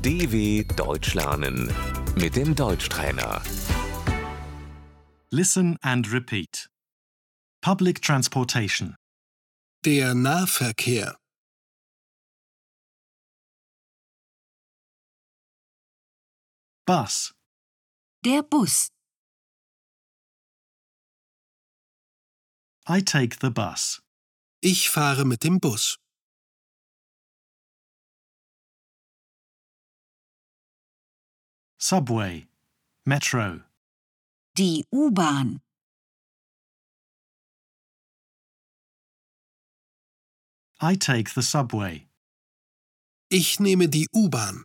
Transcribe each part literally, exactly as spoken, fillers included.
D W Deutsch lernen mit dem Deutschtrainer. Listen and repeat. Public transportation. Der Nahverkehr. Bus. Der Bus. I take the bus. Ich fahre mit dem Bus. Subway. Metro. Die U-Bahn. I take the subway. Ich nehme die U-Bahn.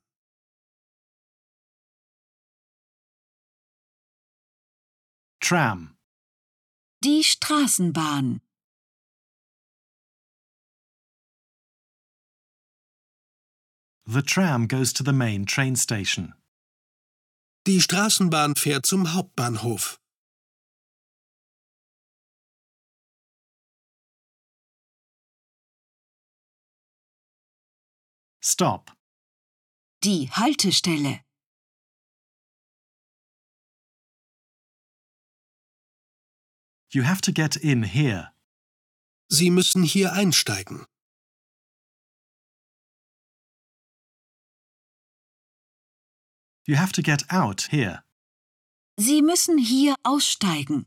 Tram. Die Straßenbahn. The tram goes to the main train station. Die Straßenbahn fährt zum Hauptbahnhof. Stop. Die Haltestelle. You have to get in here. Sie müssen hier einsteigen. You have to get out here. Sie müssen hier aussteigen.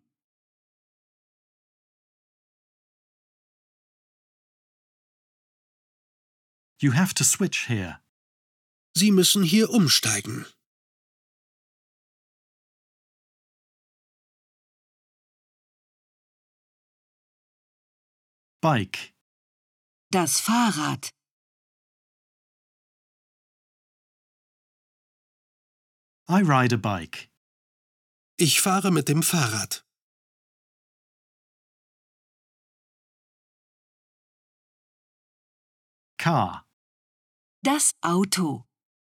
You have to switch here. Sie müssen hier umsteigen. Bike. Das Fahrrad. I ride a bike. Ich fahre mit dem Fahrrad. Car. Das Auto.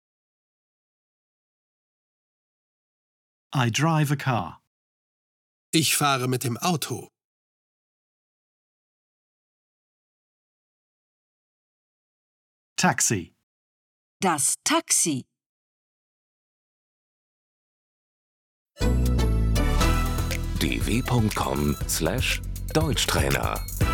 I drive a car. Ich fahre mit dem Auto. Taxi. Das Taxi. d w punkt com slash Deutschtrainer